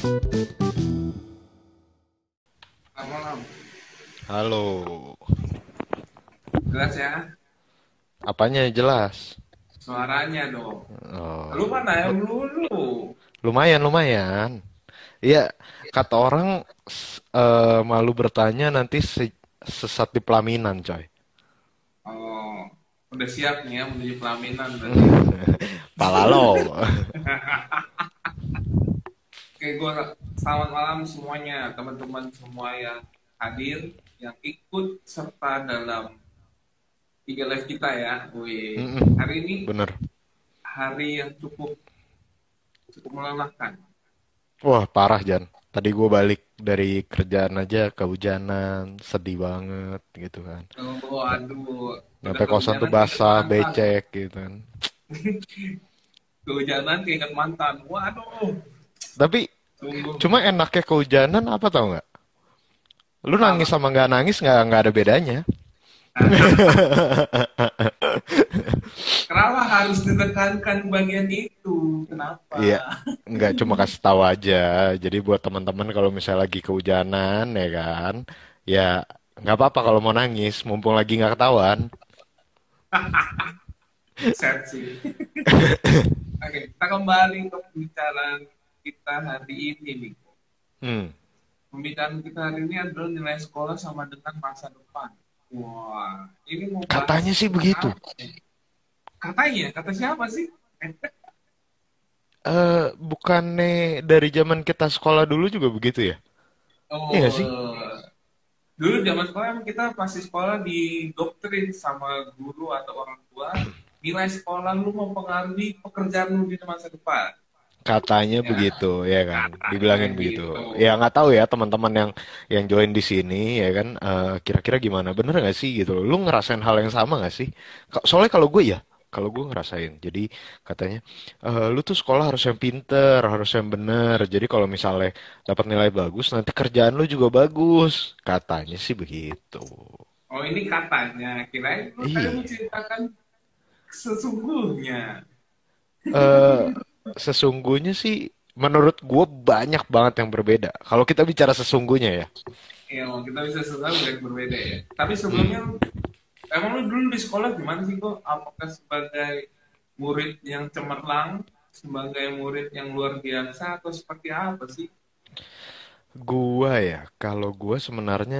Selamat malam. Halo, Jelas ya? apanya jelas? Suaranya dong. Lu Oh, mana yang dulu? lumayan, lumayan. Iya, kata orang malu bertanya nanti sesat di pelaminan, coy. Oh, udah siap nih ya menuju pelaminan berarti ya. Pala lo. Oke, gue selamat malam semuanya, teman-teman semua yang hadir, yang ikut serta dalam tiga live kita ya. Wih, Mm-mm, hari ini bener. hari yang cukup cukup melelahkan. Wah, parah, Jan. Tadi gue balik dari kerjaan aja kehujanan, sedih banget gitu kan. Oh, aduh, udah Nyampe kosan tuh kehujanan keinget basah, mantan. becek gitu kan. Kehujanan keinget mantan. Waduh, Tapi sungguh. cuma enaknya kehujanan apa tau nggak? Lu nangis Apa? sama nggak nangis nggak ada bedanya. Kenapa harus ditekankan bagian itu? Kenapa? Iya, nggak cuma kasih tahu aja. Jadi buat teman-teman kalau misalnya lagi kehujanan ya kan, ya nggak apa-apa kalau mau nangis, mumpung lagi nggak ketahuan. Sad sih. Oke, kita kembali ke pembicaraan kita hari ini nih. Hmm, Pembicaraan kita hari ini adalah nilai sekolah sama dengan masa depan. Wah, ini mau bahas katanya sih tentang begitu. apa? Katanya, kata siapa sih? Bukannya dari zaman kita sekolah dulu juga begitu ya? Iya nggak sih? Oh, dulu zaman sekolah emang kita pasti sekolah didoktrin sama guru atau orang tua. Nilai sekolah lu mempengaruhi pekerjaan lu di masa depan. Katanya Ya, begitu, ya kan? katanya Dibilangin begitu. gitu. Ya nggak tahu ya teman-teman yang join di sini, ya kan? Kira-kira gimana? Bener nggak sih gitu? Lu ngerasain hal yang sama nggak sih? Soalnya kalau gue ngerasain. Jadi katanya, lu tuh sekolah harus yang pinter, harus yang bener. Jadi kalau misalnya dapat nilai bagus, nanti kerjaan lu juga bagus. Katanya sih begitu. Oh, ini katanya. Kirain lu tadi Iya. menceritakan sesungguhnya. eh Sesungguhnya sih menurut gue banyak banget yang berbeda. Kalau kita bicara sesungguhnya ya. Ya, kita bisa sesuatu yang berbeda ya. Tapi sebelumnya, Hmm. emang lu dulu di sekolah gimana sih kok? Apakah sebagai murid yang cemerlang, sebagai murid yang luar biasa, atau seperti apa sih? Gua ya, kalau gua sebenarnya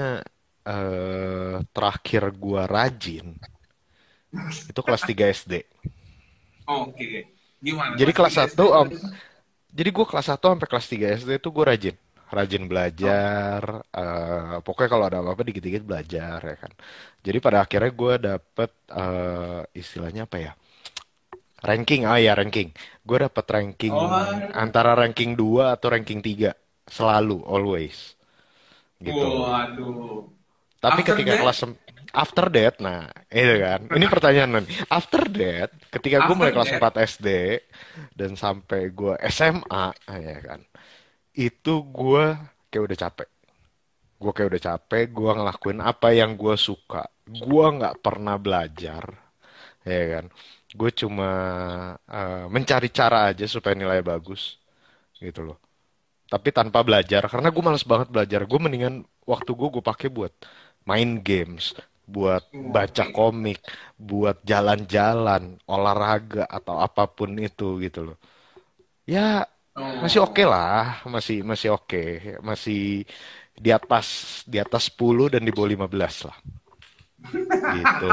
terakhir gua rajin itu kelas 3 SD. Oke, gimana? Jadi Kelas kelas 3 SD satu, berarti kan? jadi gua kelas satu sampai kelas 3 SD itu gua rajin. Rajin Oh, belajar, pokoknya kalau ada apa-apa dikit-dikit belajar ya kan. Jadi pada akhirnya gua dapet istilahnya apa ya? Ranking, oh ya ranking. Gue dapet ranking oh, antara ranking 2 atau ranking 3. Selalu, always. Gitu. waduh. Tapi After ketika that, after that, nah, itu kan. Ini pertanyaan nih. After that, ketika gue mulai after kelas that, 4 SD dan sampai gue SMA, ya kan. Itu gue kayak udah capek. Gue kayak udah capek, gue ngelakuin apa yang gue suka. Gue nggak pernah belajar, ya kan. Gue cuma mencari cara aja supaya nilai bagus, gitu loh. Tapi tanpa belajar, karena gue males banget belajar. Gue mendingan waktu gue pakai buat main games, buat baca oke. komik, buat jalan-jalan, olahraga atau apapun itu gitu loh. Ya masih oke Oh, lah, masih masih oke, masih di atas 10 dan di bawah 15 lah. Gitu.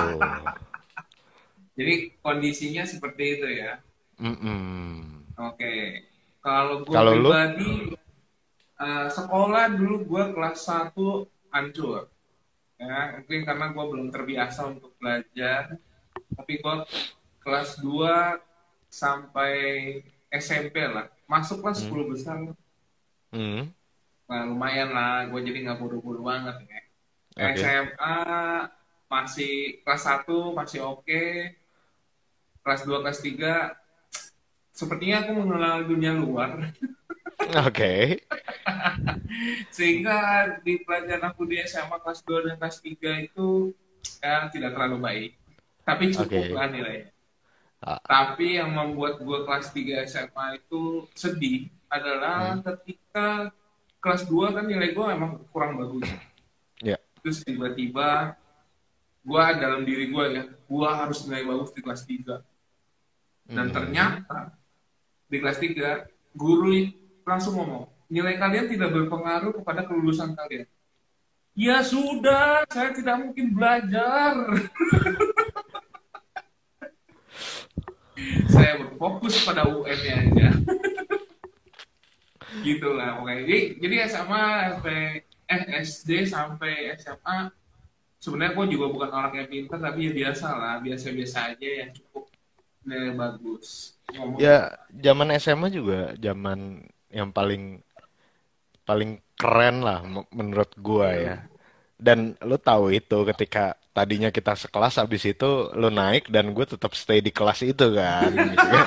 jadi kondisinya seperti itu ya. Mm-mm. Oke, kalau gue Kalau lu, pribadi, sekolah dulu gue kelas satu hancur. Ya, mungkin karena gue belum terbiasa untuk belajar. Tapi gue kelas 2 sampai SMP lah. Masuklah hmm, 10 besar. hmm, Nah, lumayan lah, gue jadi nggak buru-buru banget ya. oke. SMA masih kelas satu masih oke. Kelas 2 kelas 3 sepertinya aku mengenal dunia luar. Oke. Sehingga di pelajaran aku di SMA kelas 2 dan kelas 3 itu ya tidak terlalu baik. Tapi cukup Oke. lah nilainya. Ah, Tapi yang membuat gue kelas 3 SMA itu sedih adalah hmm, ketika kelas 2 kan nilai gue emang kurang bagus. Ya. Terus tiba-tiba gue dalam diri gue ya, gue harus nilai bagus di kelas 3. Dan Mhm. ternyata di kelas 3 guru langsung ngomong, nilai kalian tidak berpengaruh kepada kelulusan kalian. Ya sudah, saya tidak mungkin belajar. Saya berfokus pada UN-nya aja. Gitulah pokoknya. Jadi SMA sampai SD sampai SMA sebenarnya gue juga bukan orang yang pintar, tapi ya biasa lah, biasa-biasa aja yang cukup nilai bagus. Ngomong Ya, zaman SMA juga zaman yang paling paling keren lah menurut gua ya. Dan lu tahu itu ketika tadinya kita sekelas habis itu lu naik dan gue tetap stay di kelas itu kan gitu kan.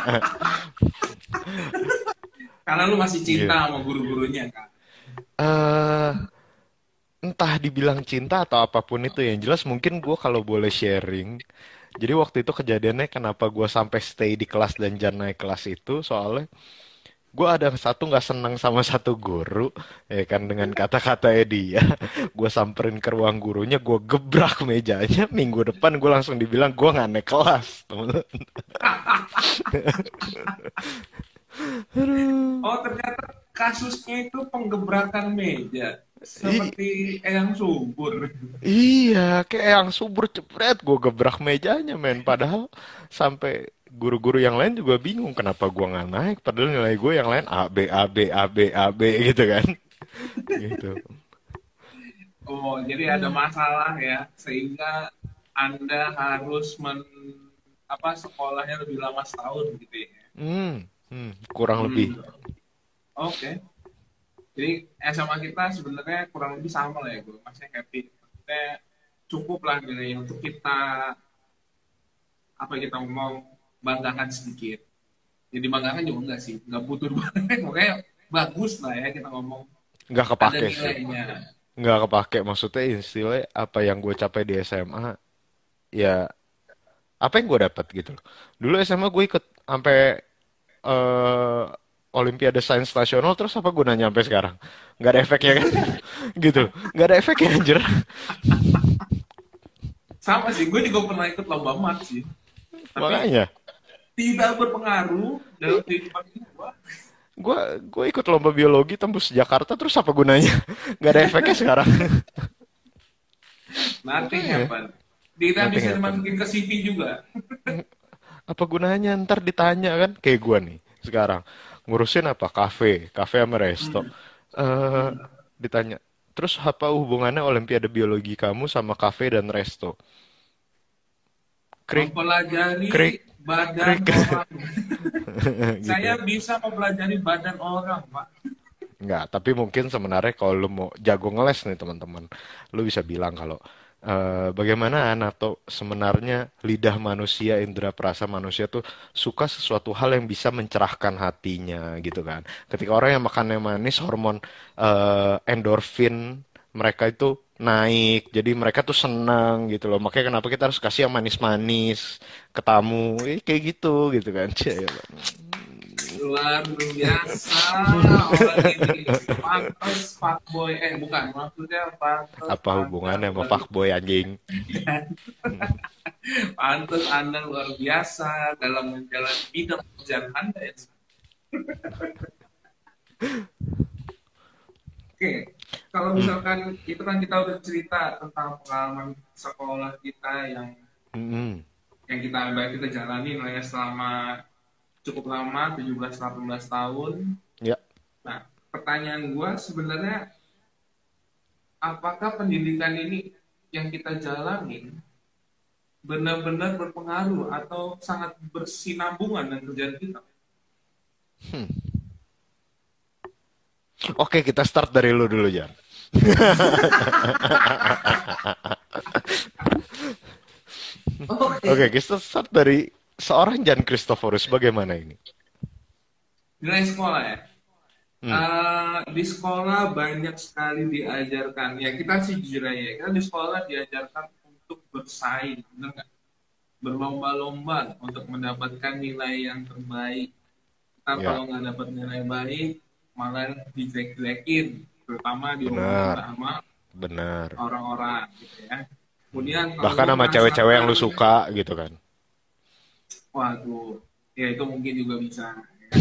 karena lu masih Gitu. cinta sama guru-gurunya kan. eh Entah dibilang cinta atau apapun itu yang jelas mungkin gue kalau boleh sharing. Jadi waktu itu kejadiannya kenapa gue sampai stay di kelas dan jangan naik kelas itu soalnya gue ada satu nggak senang sama satu guru ya kan dengan kata-katanya dia. Gue samperin ke ruang gurunya, gue gebrak mejanya. Minggu depan gue langsung dibilang gue nggak naik kelas, temen. Aduh. Oh ternyata kasusnya itu penggebrakan meja. Seperti Eyang Subur. Iya, kayak yang subur cepret gue gebrak mejanya men. Padahal sampai guru-guru yang lain juga bingung kenapa gue nggak naik. Padahal nilai gue yang lain A B A B A B A B gitu kan. Gitu. Oh, jadi ada masalah ya, sehingga Anda harus sekolahnya lebih lama setahun gitu ya. Kurang lebih. Hmm, oke. Jadi SMA kita sebenarnya kurang lebih sama lah ya, gue masih happy. Maksudnya cukup lah nilai untuk kita kita ngomong banggakan sedikit. Jadi banggakan juga enggak sih, enggak butuh banget. Pokoknya bagus lah ya kita ngomong. Nggak Ada kepake sih. nilainya. Nggak kepake maksudnya istilahnya apa yang gue capai di SMA ya apa yang gue dapat gitu loh. Dulu SMA gue ikut sampai eh Olimpiade Sains Nasional terus apa gunanya sampai sekarang? Nggak ada efeknya kan? Gitu loh. Nggak ada efeknya anjir. Sama sih, gue juga pernah ikut lomba mat sih. Tapi Makanya tidak berpengaruh dalam kehidupan gue. gue ikut lomba biologi tembus Jakarta terus apa gunanya? Nggak ada efeknya sekarang. Nothing Makanya happen. Tidak nothing bisa happen. dimasukin ke CV juga. Apa gunanya ntar ditanya kan kayak gue nih sekarang ngurusin apa kafe sama resto. eh Ditanya terus apa hubungannya Olimpiade biologi kamu sama kafe dan resto? Krik krik Mempelajari badan krik. orang. Saya Gitu. bisa mempelajari badan orang, Pak. Nggak, tapi mungkin sebenarnya kalau lu mau jago ngeles nih teman-teman, lu bisa bilang kalau bagaimana anato sebenarnya lidah manusia, indera perasa manusia tuh suka sesuatu hal yang bisa mencerahkan hatinya gitu kan. Ketika orang yang makannya manis, hormon endorfin mereka itu naik, jadi mereka tuh senang gitu loh. Makanya kenapa kita harus kasih yang manis-manis ke tamu, kayak gitu kan. Cie, ya. Luar biasa orang ini. Pantes fuckboy. Bukan. Maksudnya pantes Apa Anda hubungannya sama luar fuckboy anjing? pantes Anda luar biasa dalam menjalani bidang pekerjaan Anda ya. Oke, kalau Hmm. misalkan itu kan kita udah cerita tentang pengalaman sekolah kita Mm-mm. yang kita jalani lah ya selama cukup lama 17-18 tahun. Ya. Nah, pertanyaan gue sebenarnya apakah pendidikan ini yang kita jalani benar-benar berpengaruh atau sangat bersinambungan dengan kerjaan kita? Hmm. Oke, kita start dari lu dulu, Jan. Oke, Oke, kita start dari seorang Jan Christophorus. Bagaimana ini? nilai sekolah ya. Hmm. Di sekolah banyak sekali diajarkan. Ya kita sih jujur aja, kita di sekolah diajarkan untuk bersaing, benar nggak? Berlomba-lomba untuk mendapatkan nilai yang terbaik. Kita Ya. kalau nggak dapat nilai baik, malah dijelek-jelekin, terutama diomongin Benar, sama benar. orang-orang gitu ya. Kemudian kalau Bahkan gue sama cewek-cewek yang merasakan, lu suka gitu kan. waduh, ya itu mungkin juga bisa. Ya.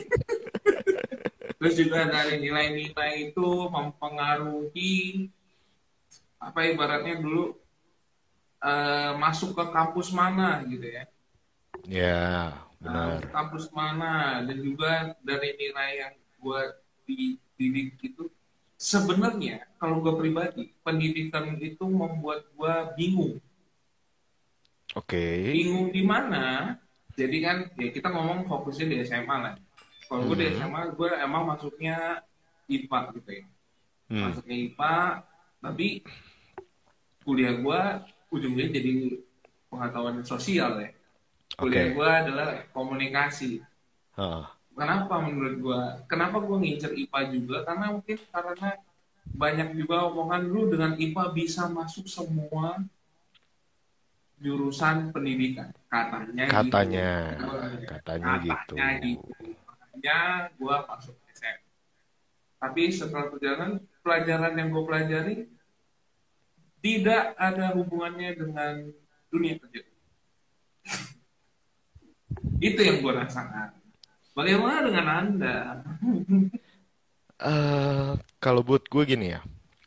Terus juga dari nilai-nilai itu mempengaruhi apa ibaratnya dulu masuk ke kampus mana gitu ya. Ya, Masuk benar. kampus mana dan juga dari nilai yang gue dididik itu sebenarnya kalau gue pribadi pendidikan itu membuat gue bingung. Oke. Bingung di mana? Jadi kan ya kita ngomong fokusnya di SMA lah. Kalau gue di Mhm. SMA gue emang masuknya IPA gitu ya. Hmm. Masuknya IPA tapi kuliah gue ujungnya jadi pengetahuan sosial ya. Kuliah Oke. gue adalah komunikasi. Ah, Kenapa menurut gue? Kenapa gue ngincer IPA juga? Karena banyak juga omongan lu dengan IPA bisa masuk semua jurusan pendidikan. Katanya gitu. katanya, katanya gitu. Katanya gitu. Makanya gue masuk SM. Tapi setelah perjalanan, pelajaran yang gue pelajari tidak ada hubungannya dengan dunia kerja. Itu yang gue rasakan. Bagaimana dengan Anda? Kalau buat gue gini ya,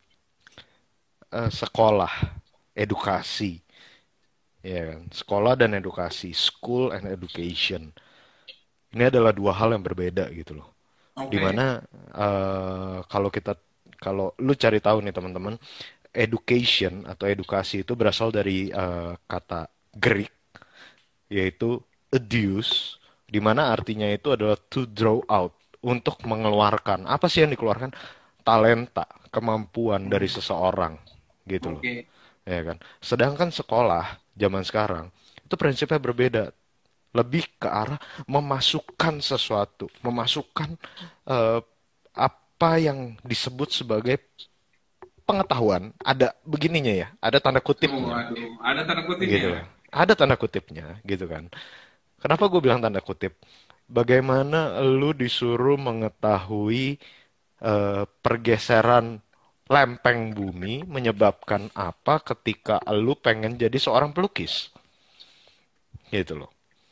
sekolah, edukasi, ya kan? Sekolah dan edukasi, school and education. Ini adalah dua hal yang berbeda gitu loh. Oke. Dimana kalau kalau lu cari tahu nih teman-teman, education atau edukasi itu berasal dari kata Greek yaitu educe, di mana artinya itu adalah to draw out, untuk mengeluarkan. Apa sih yang dikeluarkan? Talenta, kemampuan dari Hmm, seseorang, gitu loh. oke. Ya kan? Sedangkan sekolah zaman sekarang itu prinsipnya berbeda, lebih ke arah memasukkan sesuatu, memasukkan eh, apa yang disebut sebagai pengetahuan. Ada begininya ya, ada tanda kutipnya, Waduh, ada tanda gitu kutipnya. loh. Ada tanda kutipnya, gitu kan. Kenapa gue bilang tanda kutip? Bagaimana lu disuruh mengetahui pergeseran lempeng bumi menyebabkan apa ketika lu pengen jadi seorang pelukis? Gitu loh.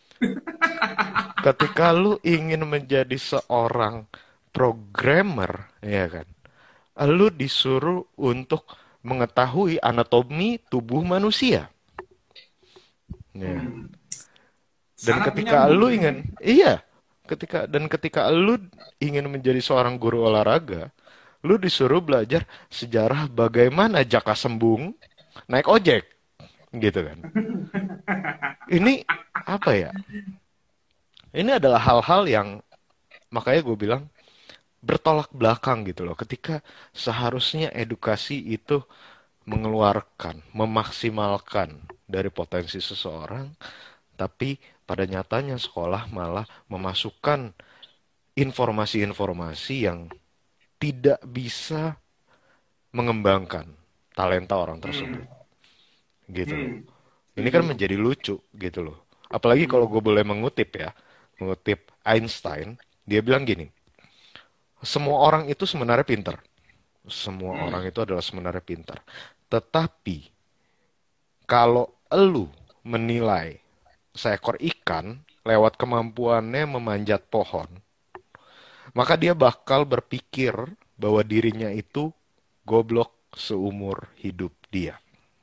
Ketika lu ingin menjadi seorang programmer, ya kan? Lu disuruh untuk mengetahui anatomi tubuh manusia. Ya. Hmm, Dan sangat ketika menyambung lu ya. ingin, iya, ketika lu ingin menjadi seorang guru olahraga, lu disuruh belajar sejarah bagaimana Jaka Sembung naik ojek, gitu kan. Ini apa ya? Ini adalah hal-hal yang makanya gue bilang bertolak belakang gitu loh. Ketika seharusnya edukasi itu mengeluarkan, memaksimalkan dari potensi seseorang, tapi pada nyatanya sekolah malah memasukkan informasi-informasi yang tidak bisa mengembangkan talenta orang Hmm, tersebut, gitu loh. hmm, Ini kan setuju. menjadi lucu, gitu loh. Apalagi kalau Hmm, gue boleh mengutip ya, mengutip Einstein, dia bilang gini, semua orang itu sebenarnya pintar. Semua orang hmm, itu adalah sebenarnya pintar. Tetapi kalau elu menilai seekor ikan lewat kemampuannya memanjat pohon, maka dia bakal berpikir bahwa dirinya itu goblok seumur hidup dia.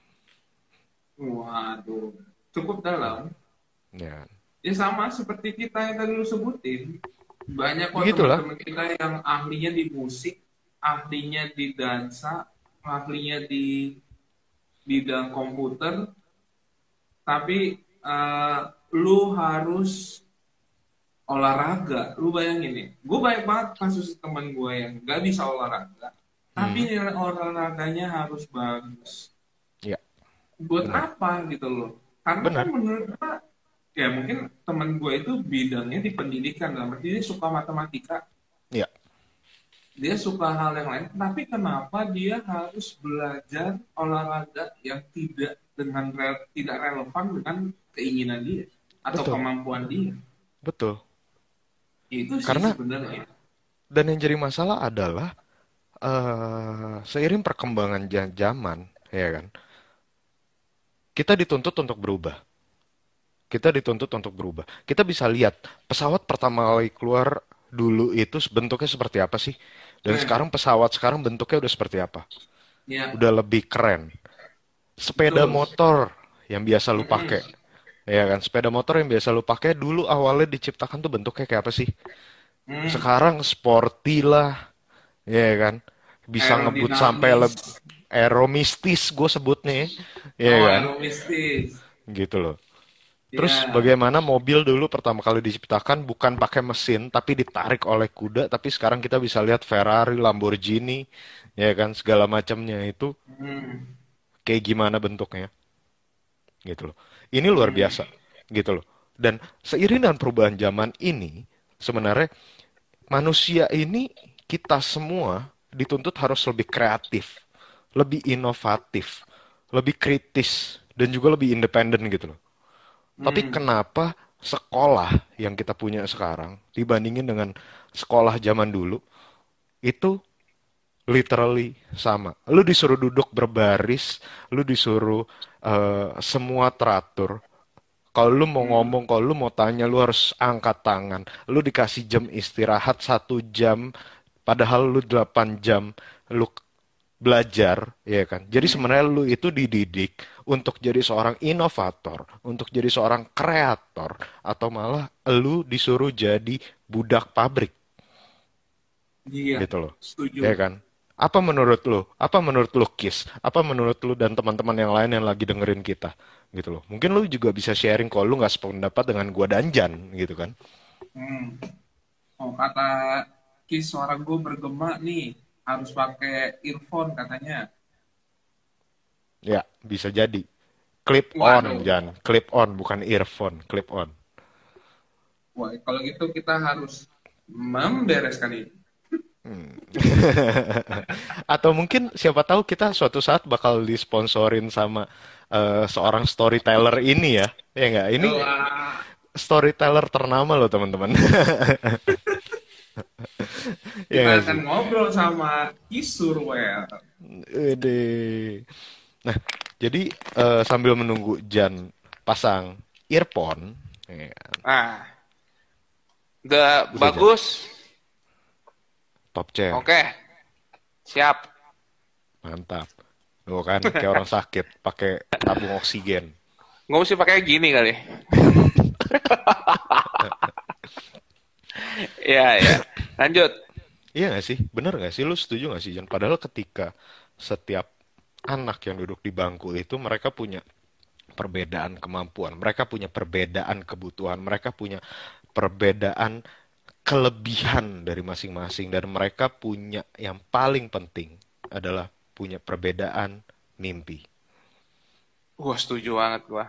waduh, cukup dalam. Ya, Ya sama seperti kita yang tadi lu sebutin. Banyak kok begitulah. teman-teman kita yang ahlinya di musik, ahlinya di dansa, ahlinya di bidang komputer, tapi lu harus olahraga. Lu bayangin nih, gue banyak banget kasus teman gue yang gak bisa olahraga, tapi Hmm, nilai olahraganya harus bagus. ya, Buat benar. apa gitu loh? Karena kan Benar. menurut gue, ya mungkin teman gue itu bidangnya di pendidikan, dalam arti dia suka matematika, Ya, dia suka hal yang lain, tapi kenapa dia harus belajar olahraga yang tidak relevan dengan keinginan dia atau betul. kemampuan dia? Betul. Itu sih Karena sebenarnya. Dan yang jadi masalah adalah seiring perkembangan zaman, ya kan, kita dituntut untuk berubah. Kita dituntut untuk berubah. Kita bisa lihat pesawat pertama kali keluar dulu itu bentuknya seperti apa sih? Dan Nah, sekarang pesawat sekarang bentuknya udah seperti apa? ya, Udah lebih keren. Sepeda betul. motor yang biasa lu Mm-mm. pakai, ya kan? Sepeda motor yang biasa lu pakai dulu awalnya diciptakan tuh bentuknya kayak apa sih? Hmm. Sekarang sporty lah, ya kan? Bisa ngebut sampai Aerodinamis. aeromistis gue sebutnya, ya Oh, kan? aeromistis. Gitu loh. Terus Ya. bagaimana mobil dulu pertama kali diciptakan bukan pakai mesin tapi ditarik oleh kuda, tapi sekarang kita bisa lihat Ferrari, Lamborghini, ya kan, segala macamnya itu Hmm. kayak gimana bentuknya, gitu loh. Ini luar Hmm. biasa, gitu loh. Dan seiring dengan perubahan zaman ini, sebenarnya manusia ini, kita semua dituntut harus lebih kreatif, lebih inovatif, lebih kritis, dan juga lebih independen gitu loh. Tapi Hmm. kenapa sekolah yang kita punya sekarang dibandingin dengan sekolah zaman dulu itu literally sama. Lu disuruh duduk berbaris, lu disuruh semua teratur. Kalau lu mau Hmm. ngomong, kalau lu mau tanya, lu harus angkat tangan. Lu dikasih jam istirahat 1 jam, padahal lu 8 jam. Lu belajar, ya kan? Jadi Hmm. sebenarnya lu itu dididik untuk jadi seorang inovator, untuk jadi seorang kreator, atau malah lu disuruh jadi budak pabrik, Iya, gitu loh. setuju. Ya kan? Apa menurut lu? Apa menurut lu, Kis? Apa menurut lu dan teman-teman yang lain yang lagi dengerin kita? Gitu loh. Mungkin lu juga bisa sharing kalau lu nggak sependapat dengan gua dan Jan, gitu kan? Hmm. Oh, kata Kis, suara gue bergema nih. Harus pakai earphone katanya. Ya, bisa jadi. Clip on, Waduh. Jan. Clip on, bukan earphone. Clip on. Wah, kalau gitu kita harus membereskan ini. Hmm. Atau mungkin siapa tahu kita suatu saat bakal disponsorin sama seorang storyteller ini ya. Ya nggak? Ini Wah, storyteller ternama loh teman-teman. Ya kita nggak akan sih? ngobrol sama Kisurwell. Ede. Nah, jadi sambil menunggu Jan pasang earphone, ya, Nah, udah udah Jan, bagus. top chair, Oke, siap. mantap. Tuh kan, kayak orang sakit, pakai tabung oksigen. Nggak mesti pakai gini kali. Iya, ya. Lanjut. Iya nggak sih? Bener nggak sih? Lu setuju nggak sih, Jan? Padahal ketika setiap anak yang duduk di bangku itu mereka punya perbedaan kemampuan, mereka punya perbedaan kebutuhan, mereka punya perbedaan kelebihan dari masing-masing, dan mereka punya yang paling penting adalah punya perbedaan mimpi. Wah, setuju banget gua.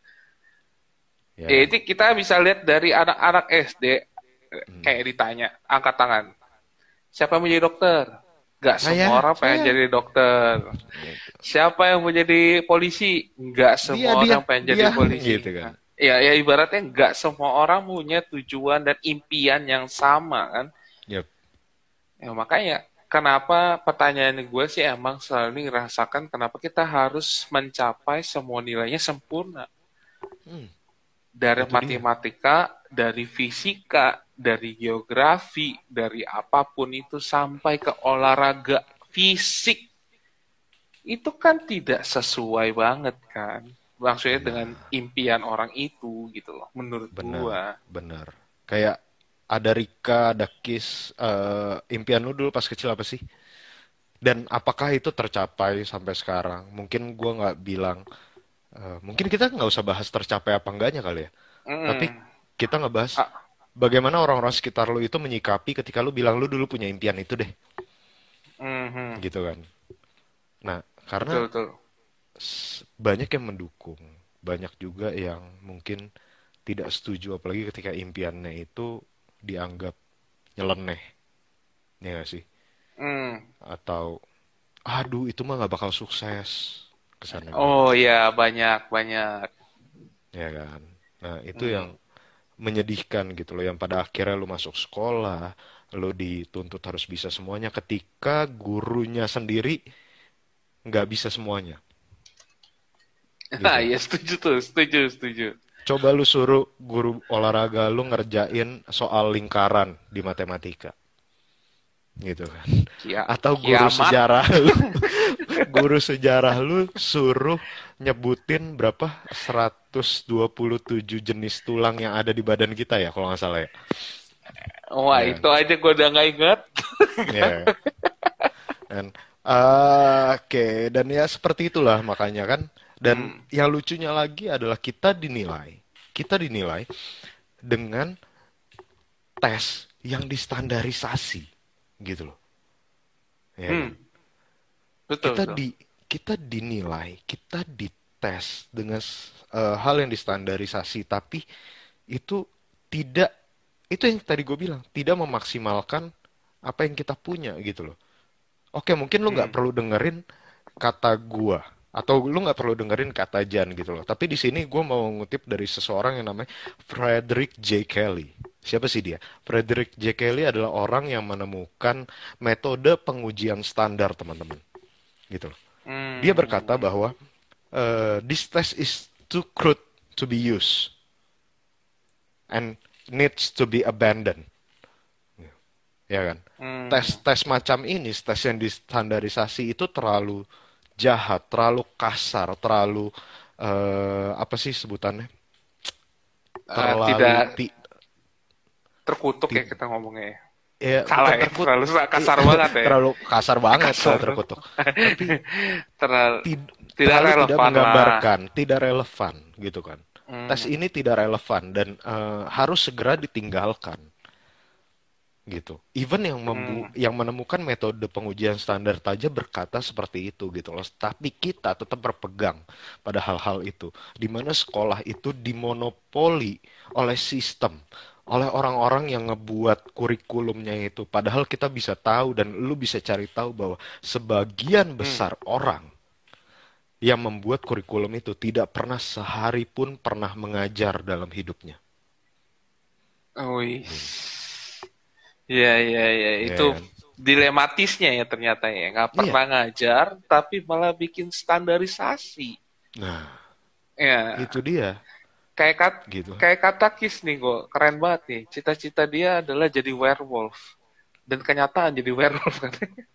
Ya Ya, kan? itu kita bisa lihat dari anak-anak SD Hmm. kayak ditanya, angkat tangan. Siapa yang mau jadi dokter? Gak semua orang pengen Saya. jadi dokter. Gitu. Siapa yang mau jadi polisi? Gak Dia, semua dia, orang pengen jadi dia, polisi. gitu kan? Nah, ya ibaratnya gak semua orang punya tujuan dan impian yang sama kan. Yep. Ya makanya kenapa pertanyaan gue sih emang selalu ngerasakan kenapa kita harus mencapai semua nilainya sempurna. Hmm, Dari itu dia. matematika, dari fisika, dari geografi, dari apapun itu sampai ke olahraga fisik. Itu kan tidak sesuai banget kan. Maksudnya dengan Benar, impian orang itu gitu loh menurut benar, gua. benar. Kayak ada Rika, ada Kis, impian lu dulu pas kecil apa sih? Dan apakah itu tercapai sampai sekarang? Mungkin gua nggak bilang, mungkin kita nggak usah bahas tercapai apa enggaknya kali ya. Tapi Mm-mm. kita ngebahas Ah, bagaimana orang-orang sekitar lu itu menyikapi ketika lu bilang lu dulu punya impian itu deh, mhm. gitu kan. Nah, karena Betul betul. banyak yang mendukung, banyak juga yang mungkin tidak setuju, apalagi ketika impiannya itu dianggap nyeleneh, ya nggak sih? Hmm. Atau, aduh itu mah nggak bakal sukses, kesannya gitu, Oh ya banyak banyak. ya kan? Nah, itu yang Hmm. menyedihkan gitu loh, yang pada akhirnya lu masuk sekolah, Lu dituntut harus bisa semuanya ketika gurunya sendiri nggak bisa semuanya, Nah, gitu. ya setuju tuh, setuju. Coba lu suruh guru olahraga lu ngerjain soal lingkaran di matematika, gitu kan. Atau Kiamat. guru sejarah lu suruh nyebutin berapa 127 jenis tulang yang ada di badan kita ya kalau nggak salah ya. Wah, Ya, itu aja gue udah nggak inget. ya. Dan oke, dan ya seperti itulah makanya kan. Dan Hmm. yang lucunya lagi adalah kita dinilai dengan tes yang distandarisasi, gitu loh, ya kan? Hmm. Betul, Kita betul. di kita dinilai, kita dites dengan hal yang distandarisasi, tapi itu tidak, itu yang tadi gue bilang, tidak memaksimalkan apa yang kita punya, gitu loh. Oke, mungkin lu nggak Hmm. perlu dengerin kata gua atau lu nggak perlu dengerin kata Jan gitu loh. Tapi di sini gua mau ngutip dari seseorang yang namanya Frederick J. Kelly. Siapa sih dia? Frederick J. Kelly adalah orang yang menemukan metode pengujian standar, teman-teman. Gitu loh. Dia berkata Hmm. bahwa this test is too crude to be used and needs to be abandoned. Ya kan? Hmm. Tes-tes macam ini, tes yang distandarisasi itu terlalu jahat, terlalu kasar, terlalu apa sih sebutannya? Terlalu Tidak ti, terkutuk ya ti- kita ngomongnya ya. ya Salah bukan ya, terkut, terlalu kasar banget ya. terlalu kasar banget kalau Kasar. terkutuk. Tapi Terlalu tidak terlalu tidak relevan lah. menggambarkan, tidak relevan gitu kan. Tes Hmm. ini tidak relevan dan harus segera ditinggalkan gitu. Even Hmm. yang menemukan metode pengujian standar saja berkata seperti itu gitu loh. Tapi kita tetap berpegang pada hal-hal itu, di mana sekolah itu dimonopoli oleh sistem, oleh orang-orang yang ngebuat kurikulumnya itu. Padahal kita bisa tahu dan lu bisa cari tahu bahwa sebagian Hmm. besar orang yang membuat kurikulum itu tidak pernah sehari pun pernah mengajar dalam hidupnya. Wih. Iya. Itu Ya kan? dilematisnya ya ternyata ya. Nggak Iya. pernah ngajar, tapi malah bikin standarisasi. Nah, Ya, itu dia kayak gitu. kayak kata Kis nih gue, keren banget nih. Cita-cita dia adalah jadi werewolf. Dan kenyataan jadi werewolf kan.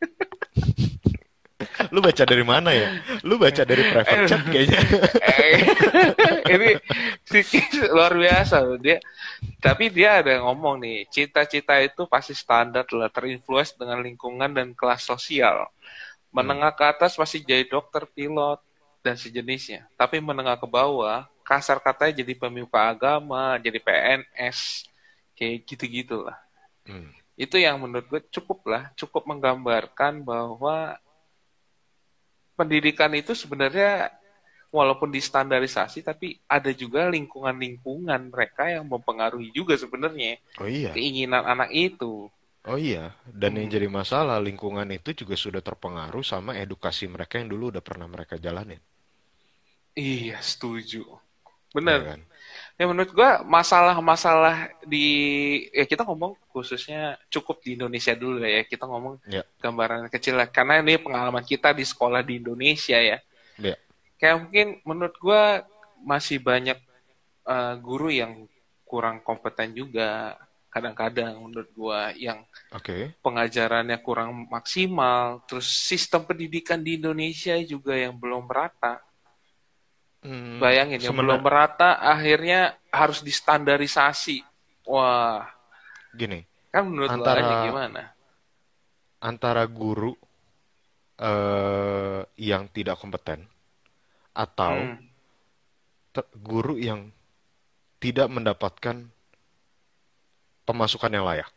Lu baca dari mana ya? Lu baca dari private chat kayaknya. Eh, ini si Kis luar biasa loh. Tapi dia ada ngomong nih, cita-cita itu pasti standar lah, terinfluence dengan lingkungan dan kelas sosial. Hmm. Menengah ke atas pasti jadi dokter, pilot, dan sejenisnya. Tapi menengah ke bawah, kasar katanya jadi pemuka agama, jadi PNS, kayak gitu-gitu lah. Hmm. Itu yang menurut gue cukup menggambarkan bahwa pendidikan itu sebenarnya walaupun distandarisasi, tapi ada juga lingkungan-lingkungan mereka yang mempengaruhi juga sebenarnya Oh iya. keinginan anak itu. Oh iya. Dan yang Hmm. jadi masalah lingkungan itu juga sudah terpengaruh sama edukasi mereka yang dulu udah pernah mereka jalanin. Iya, setuju. Ya Bener. kan? Ya menurut gua masalah-masalah di ya kita ngomong khususnya cukup di Indonesia dulu ya. Kita ngomong Ya. gambaran kecil lah karena ini pengalaman kita di sekolah di Indonesia ya. Ya. Kayak mungkin menurut gua masih banyak guru yang kurang kompeten juga kadang-kadang menurut gua yang Oke. pengajarannya kurang maksimal, terus sistem pendidikan di Indonesia juga yang belum merata. Hmm, Bayangin yang belum merata akhirnya harus distandarisasi. Wah, gini, kan menurut lo antara aja gimana? antara guru yang tidak kompeten atau Hmm. guru yang tidak mendapatkan pemasukan yang layak.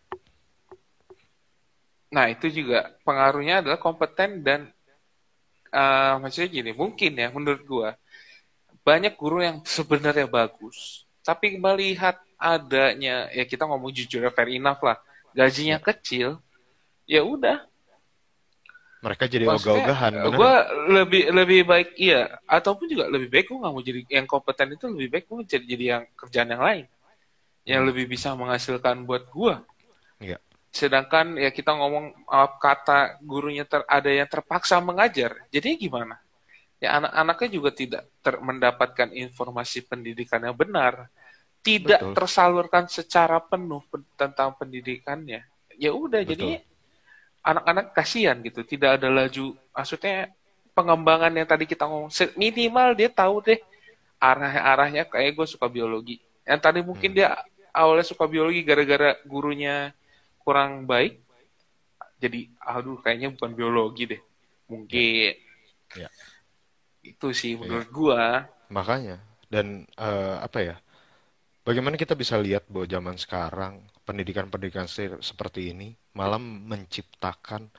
Nah, itu juga pengaruhnya adalah kompeten dan maksudnya gini, mungkin ya menurut gua banyak guru yang sebenarnya bagus, tapi melihat adanya ya kita ngomong jujur ya fair enough lah, gajinya Ya. kecil, ya udah. Mereka jadi Maksudnya ogah-ogahan, bener gue nggak? lebih baik iya, ataupun juga lebih baik gue nggak mau jadi yang kompeten itu, lebih baik gue jadi yang kerjaan yang lain yang Hmm, lebih bisa menghasilkan buat gue. ya. Sedangkan ya kita ngomong kata gurunya ada yang terpaksa mengajar. Jadi gimana? Ya anak-anaknya juga tidak mendapatkan informasi pendidikan yang benar, tidak Betul, tersalurkan secara penuh tentang pendidikannya. Ya udah, betul. jadi anak-anak kasihan gitu, tidak ada laju, maksudnya pengembangan yang tadi kita ngomong, minimal dia tahu deh arahnya. Kayak gue suka biologi, yang tadi mungkin Hmm. dia awalnya suka biologi gara-gara gurunya kurang baik, jadi aduh kayaknya bukan biologi deh, Ya, mungkin ya, itu sih ya. menurut gua. Makanya. Dan apa ya? Bagaimana kita bisa lihat bahwa zaman sekarang pendidikan-pendidikan seperti ini malah menciptakan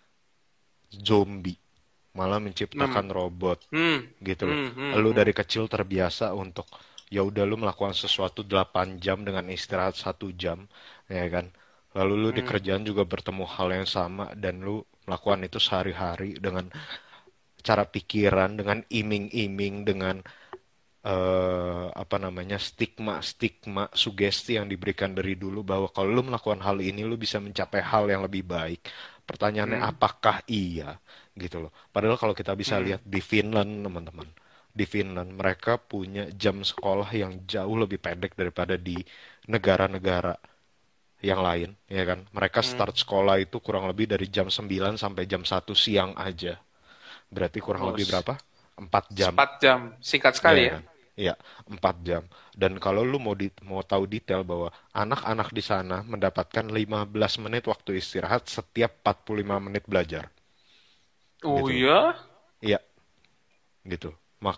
zombie, malah Hmm, menciptakan robot hmm, gitu loh. hmm, hmm, Lu hmm. dari kecil terbiasa untuk ya udah lu melakukan sesuatu 8 jam dengan istirahat 1 jam, ya kan? Lalu lu di Hmm. kerjaan juga bertemu hal yang sama dan lu melakukan itu sehari-hari dengan cara pikiran, dengan iming-iming, dengan apa namanya stigma-stigma sugesti yang diberikan dari dulu bahwa kalau lu melakukan hal ini lu bisa mencapai hal yang lebih baik. Pertanyaannya Hmm, apakah iya gitu loh. Padahal kalau kita bisa hmm. lihat di Finland, teman-teman. Di Finland mereka punya jam sekolah yang jauh lebih pendek daripada di negara-negara yang lain, ya kan? Mereka Hmm. start sekolah itu kurang lebih dari jam 9 sampai jam 1 siang aja. Berarti kurang Oh, lebih berapa? 4 jam. 4 jam, singkat Iya sekali ya. kan? Iya, 4 jam. Dan kalau lu mau tahu detail bahwa anak-anak di sana mendapatkan 15 menit waktu istirahat setiap 45 menit belajar. Oh Gitu loh. iya? Iya, gitu.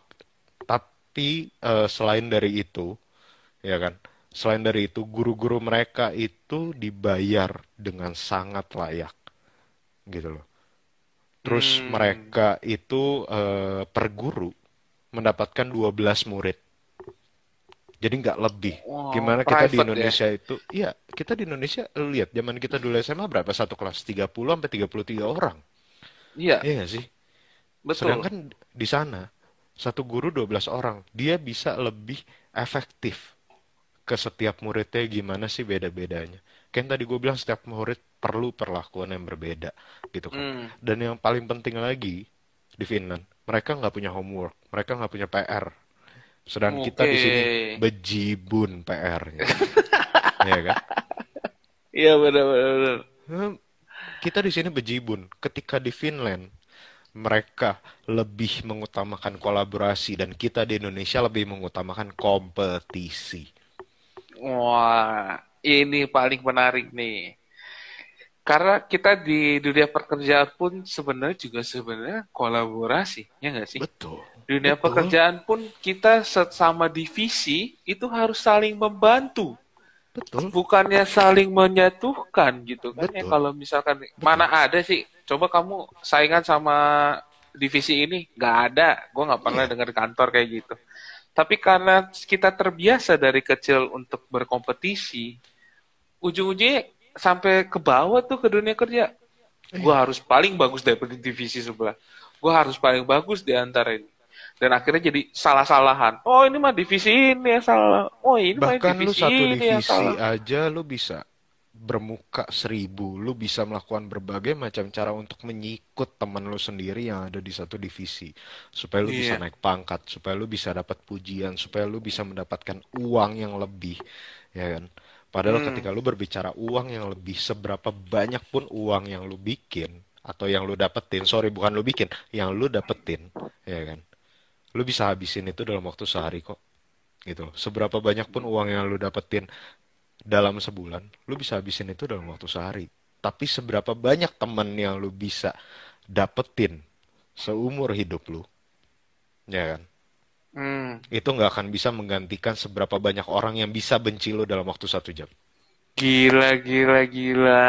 Tapi selain dari itu, ya kan? Selain dari itu, guru-guru mereka itu dibayar dengan sangat layak, gitu loh. Terus Hmm. mereka itu per guru mendapatkan 12 murid. Jadi nggak lebih. Oh, Gimana kita di private ya. Indonesia itu, iya, kita di Indonesia, lu lihat, zaman kita dulu SMA berapa satu kelas? 30 sampai 33 orang. Iya, Iya nggak sih? betul. Sedangkan di sana, satu guru 12 orang. Dia bisa lebih efektif ke setiap muridnya gimana sih beda-bedanya. Kayak yang tadi gue bilang, setiap murid perlu perlakuan yang berbeda, gitu kan. Hmm. Dan yang paling penting lagi, di Finland, mereka nggak punya homework, mereka nggak punya PR. Sedangkan kita Oke. di sini bejibun PR-nya, ya kan? Iya, benar benar benar. Hmm, Kita di sini bejibun. Ketika di Finland, mereka lebih mengutamakan kolaborasi dan kita di Indonesia lebih mengutamakan kompetisi. Wah, ini paling menarik nih. Karena kita di dunia pekerjaan pun sebenarnya kolaborasi, ya nggak sih? Betul, Dunia betul, pekerjaan pun kita sesama divisi itu harus saling membantu, betul, bukannya saling menyatuhkan gitu kan ya. betul, Kalau misalkan betul. mana ada sih, coba kamu saingan sama divisi ini, nggak ada. Gue nggak pernah Iya, dengar di kantor kayak gitu. Tapi karena kita terbiasa dari kecil untuk berkompetisi, ujung-ujungnya sampai ke bawah tuh ke dunia kerja. Gue iya. harus paling bagus daripada divisi sebelah. Gue harus paling bagus di antara ini. Dan akhirnya jadi salah-salahan. Oh ini mah divisi ini yang salah. Oh ini mah Bahkan lu divisi satu ini yang divisi salah. aja lu bisa bermuka 1.000. Lu bisa melakukan berbagai macam cara untuk menyikut teman lu sendiri yang ada di satu divisi. Supaya lu bisa Iya. naik pangkat, supaya lu bisa dapat pujian, supaya lu bisa mendapatkan uang yang lebih. Ya kan? Padahal Hmm. ketika lu berbicara uang yang lebih, seberapa banyak pun uang yang lu bikin, atau yang lu dapetin, sorry bukan lu bikin, yang lu dapetin, ya kan? Lu bisa habisin itu dalam waktu sehari kok, gitu loh. Seberapa banyak pun uang yang lu dapetin dalam sebulan, lu bisa habisin itu dalam waktu sehari. Tapi seberapa banyak temen yang lu bisa dapetin seumur hidup lu, ya kan? Hmm. Itu nggak akan bisa menggantikan seberapa banyak orang yang bisa benci lu dalam waktu 1 jam. Gila, gila, gila.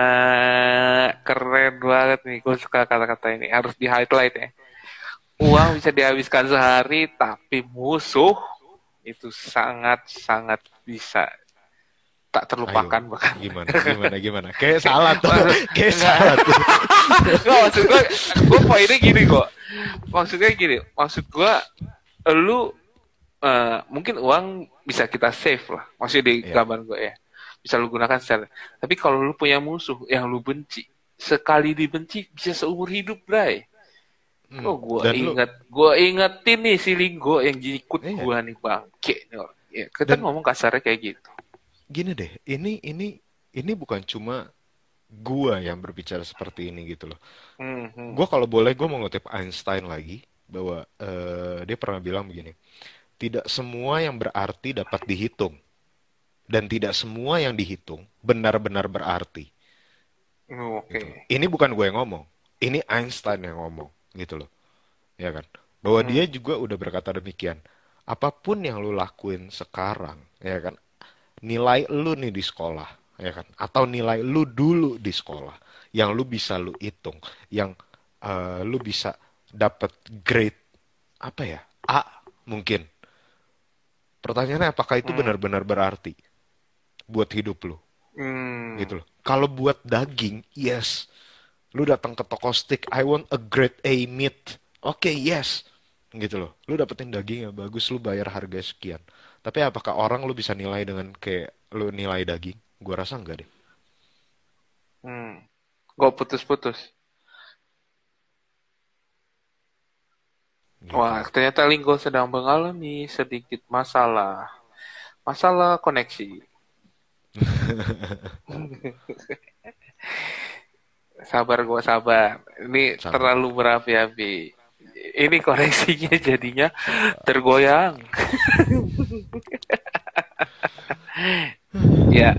Keren banget nih. Gue suka kata-kata ini. Harus di-highlight ya. Uang bisa dihabiskan sehari, tapi musuh itu sangat-sangat bisa tak Ayo, terlupakan bahkan. gimana, gimana, gimana? Kayak salah tuh, Maksud, kayak enggak, salah tuh. enggak maksud gue poinnya gini kok. Maksudnya gini, maksud gue, lu mungkin uang bisa kita save lah, maksudnya di Ya, gambar gue ya. bisa lu gunakan secara. Tapi kalau lu punya musuh yang lu benci, sekali dibenci bisa seumur hidup, Bray. Oh, Dan lu, gue ingetin nih si Linggo yang ikut iya, gue nih bangke. Ya, kita dan ngomong kasarnya kayak gitu. gini deh, ini bukan cuma gua yang berbicara seperti ini gitu loh. Hmm. Gua kalau boleh, gua mau ngutip Einstein lagi bahwa dia pernah bilang begini, tidak semua yang berarti dapat dihitung dan tidak semua yang dihitung benar-benar berarti gitu loh. Oke. Ini bukan gue yang ngomong, ini Einstein yang ngomong gitu loh, ya kan? Bahwa dia Hmm. juga udah berkata demikian. Apapun yang lu lakuin sekarang, ya kan? Nilai lu nih di sekolah, ya kan? Atau nilai lu dulu di sekolah, yang lu bisa lu hitung, yang lu bisa dapat grade apa ya? A mungkin. Pertanyaannya apakah itu Hmm. benar-benar berarti buat hidup lu, Hmm. gitu loh. Kalau buat daging, yes. Lu datang ke toko steak, I want a grade A meat. Oke, yes. Gitu loh. Lu dapetin daging yang bagus, lu bayar harga sekian. Tapi apakah orang lu bisa nilai dengan kayak lu nilai daging? Gua rasa enggak deh. Hmm. Gue putus-putus. Gitu Wah, loh. ternyata Linggo sedang mengalami sedikit masalah. Masalah koneksi. Sabar gue sabar. Ini Sabar. terlalu berapi-api. Ini koneksinya jadinya Sabar. tergoyang. Sabar. Ya,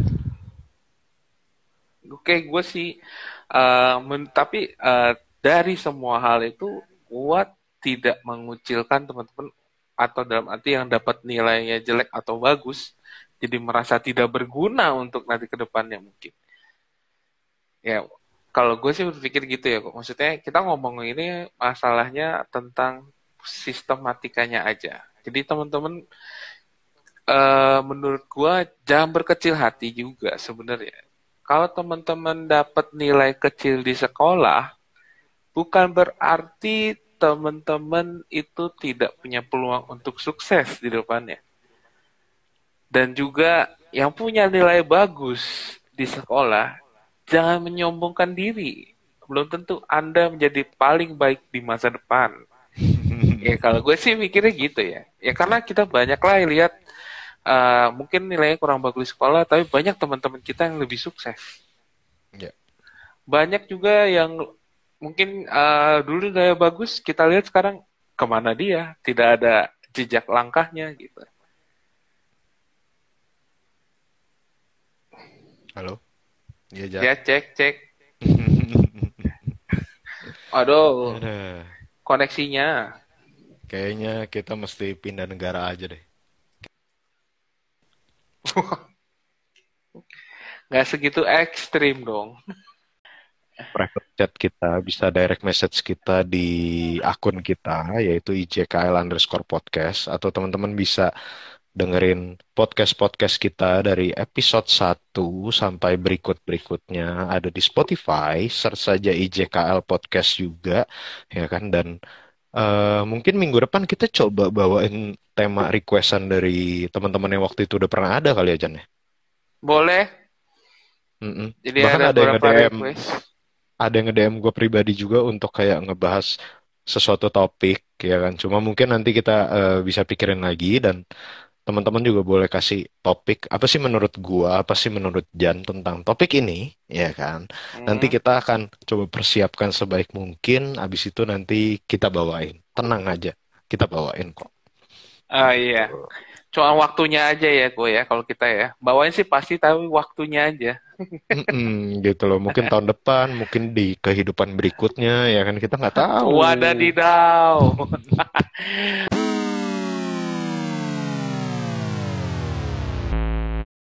oke gue sih. Tapi dari semua hal itu, gue tidak mengucilkan teman-teman atau dalam arti yang dapat nilainya jelek atau bagus, jadi merasa tidak berguna untuk nanti ke depannya mungkin. Ya, kalau gue sih berpikir gitu ya kok. Maksudnya kita ngomong ini masalahnya tentang sistematikanya aja. Jadi teman-teman menurut gue jangan berkecil hati juga sebenarnya. Kalau teman-teman dapat nilai kecil di sekolah, bukan berarti teman-teman itu tidak punya peluang untuk sukses di depannya. Dan juga yang punya nilai bagus di sekolah, jangan menyombongkan diri. Belum tentu Anda menjadi paling baik di masa depan. Ya kalau gue sih mikirnya gitu ya. Ya karena kita banyak lah yang lihat mungkin nilainya kurang bagus di sekolah, tapi banyak teman-teman kita yang lebih sukses. Ya. Banyak juga yang mungkin dulu nilainya bagus, kita lihat sekarang kemana dia, tidak ada jejak langkahnya gitu. Halo? Iya, Jar. Ya cek cek. Aduh, Ada. koneksinya. Kayaknya kita mesti pindah negara aja deh. Nggak segitu ekstrim dong. Private chat kita, bisa direct message kita di akun kita, yaitu IJKL_podcast, atau teman-teman bisa dengerin podcast-podcast kita dari episode 1 sampai berikut-berikutnya. Ada di Spotify, search saja IJKL Podcast juga, ya kan? Dan mungkin minggu depan kita coba bawain tema requestan dari teman-teman yang waktu itu udah pernah ada kali ya, Jan ya? Boleh. Mm-mm. Jadi Bahkan ada ada yang beberapa nge-DM request. gue pribadi juga untuk kayak ngebahas sesuatu topik, ya kan? Cuma mungkin nanti kita bisa pikirin lagi, dan teman-teman juga boleh kasih topik apa sih menurut gua, apa sih menurut Jan tentang topik ini, ya kan? Nanti Hmm. kita akan coba persiapkan sebaik mungkin, habis itu nanti kita bawain. Tenang aja, kita bawain kok. Ah Gitu. iya. Cuma waktunya aja ya gue ya kalau kita ya. Bawain sih pasti tapi waktunya aja. Gitu loh. Mungkin tahun depan, mungkin di kehidupan berikutnya, ya kan kita nggak tahu. Wadadidau.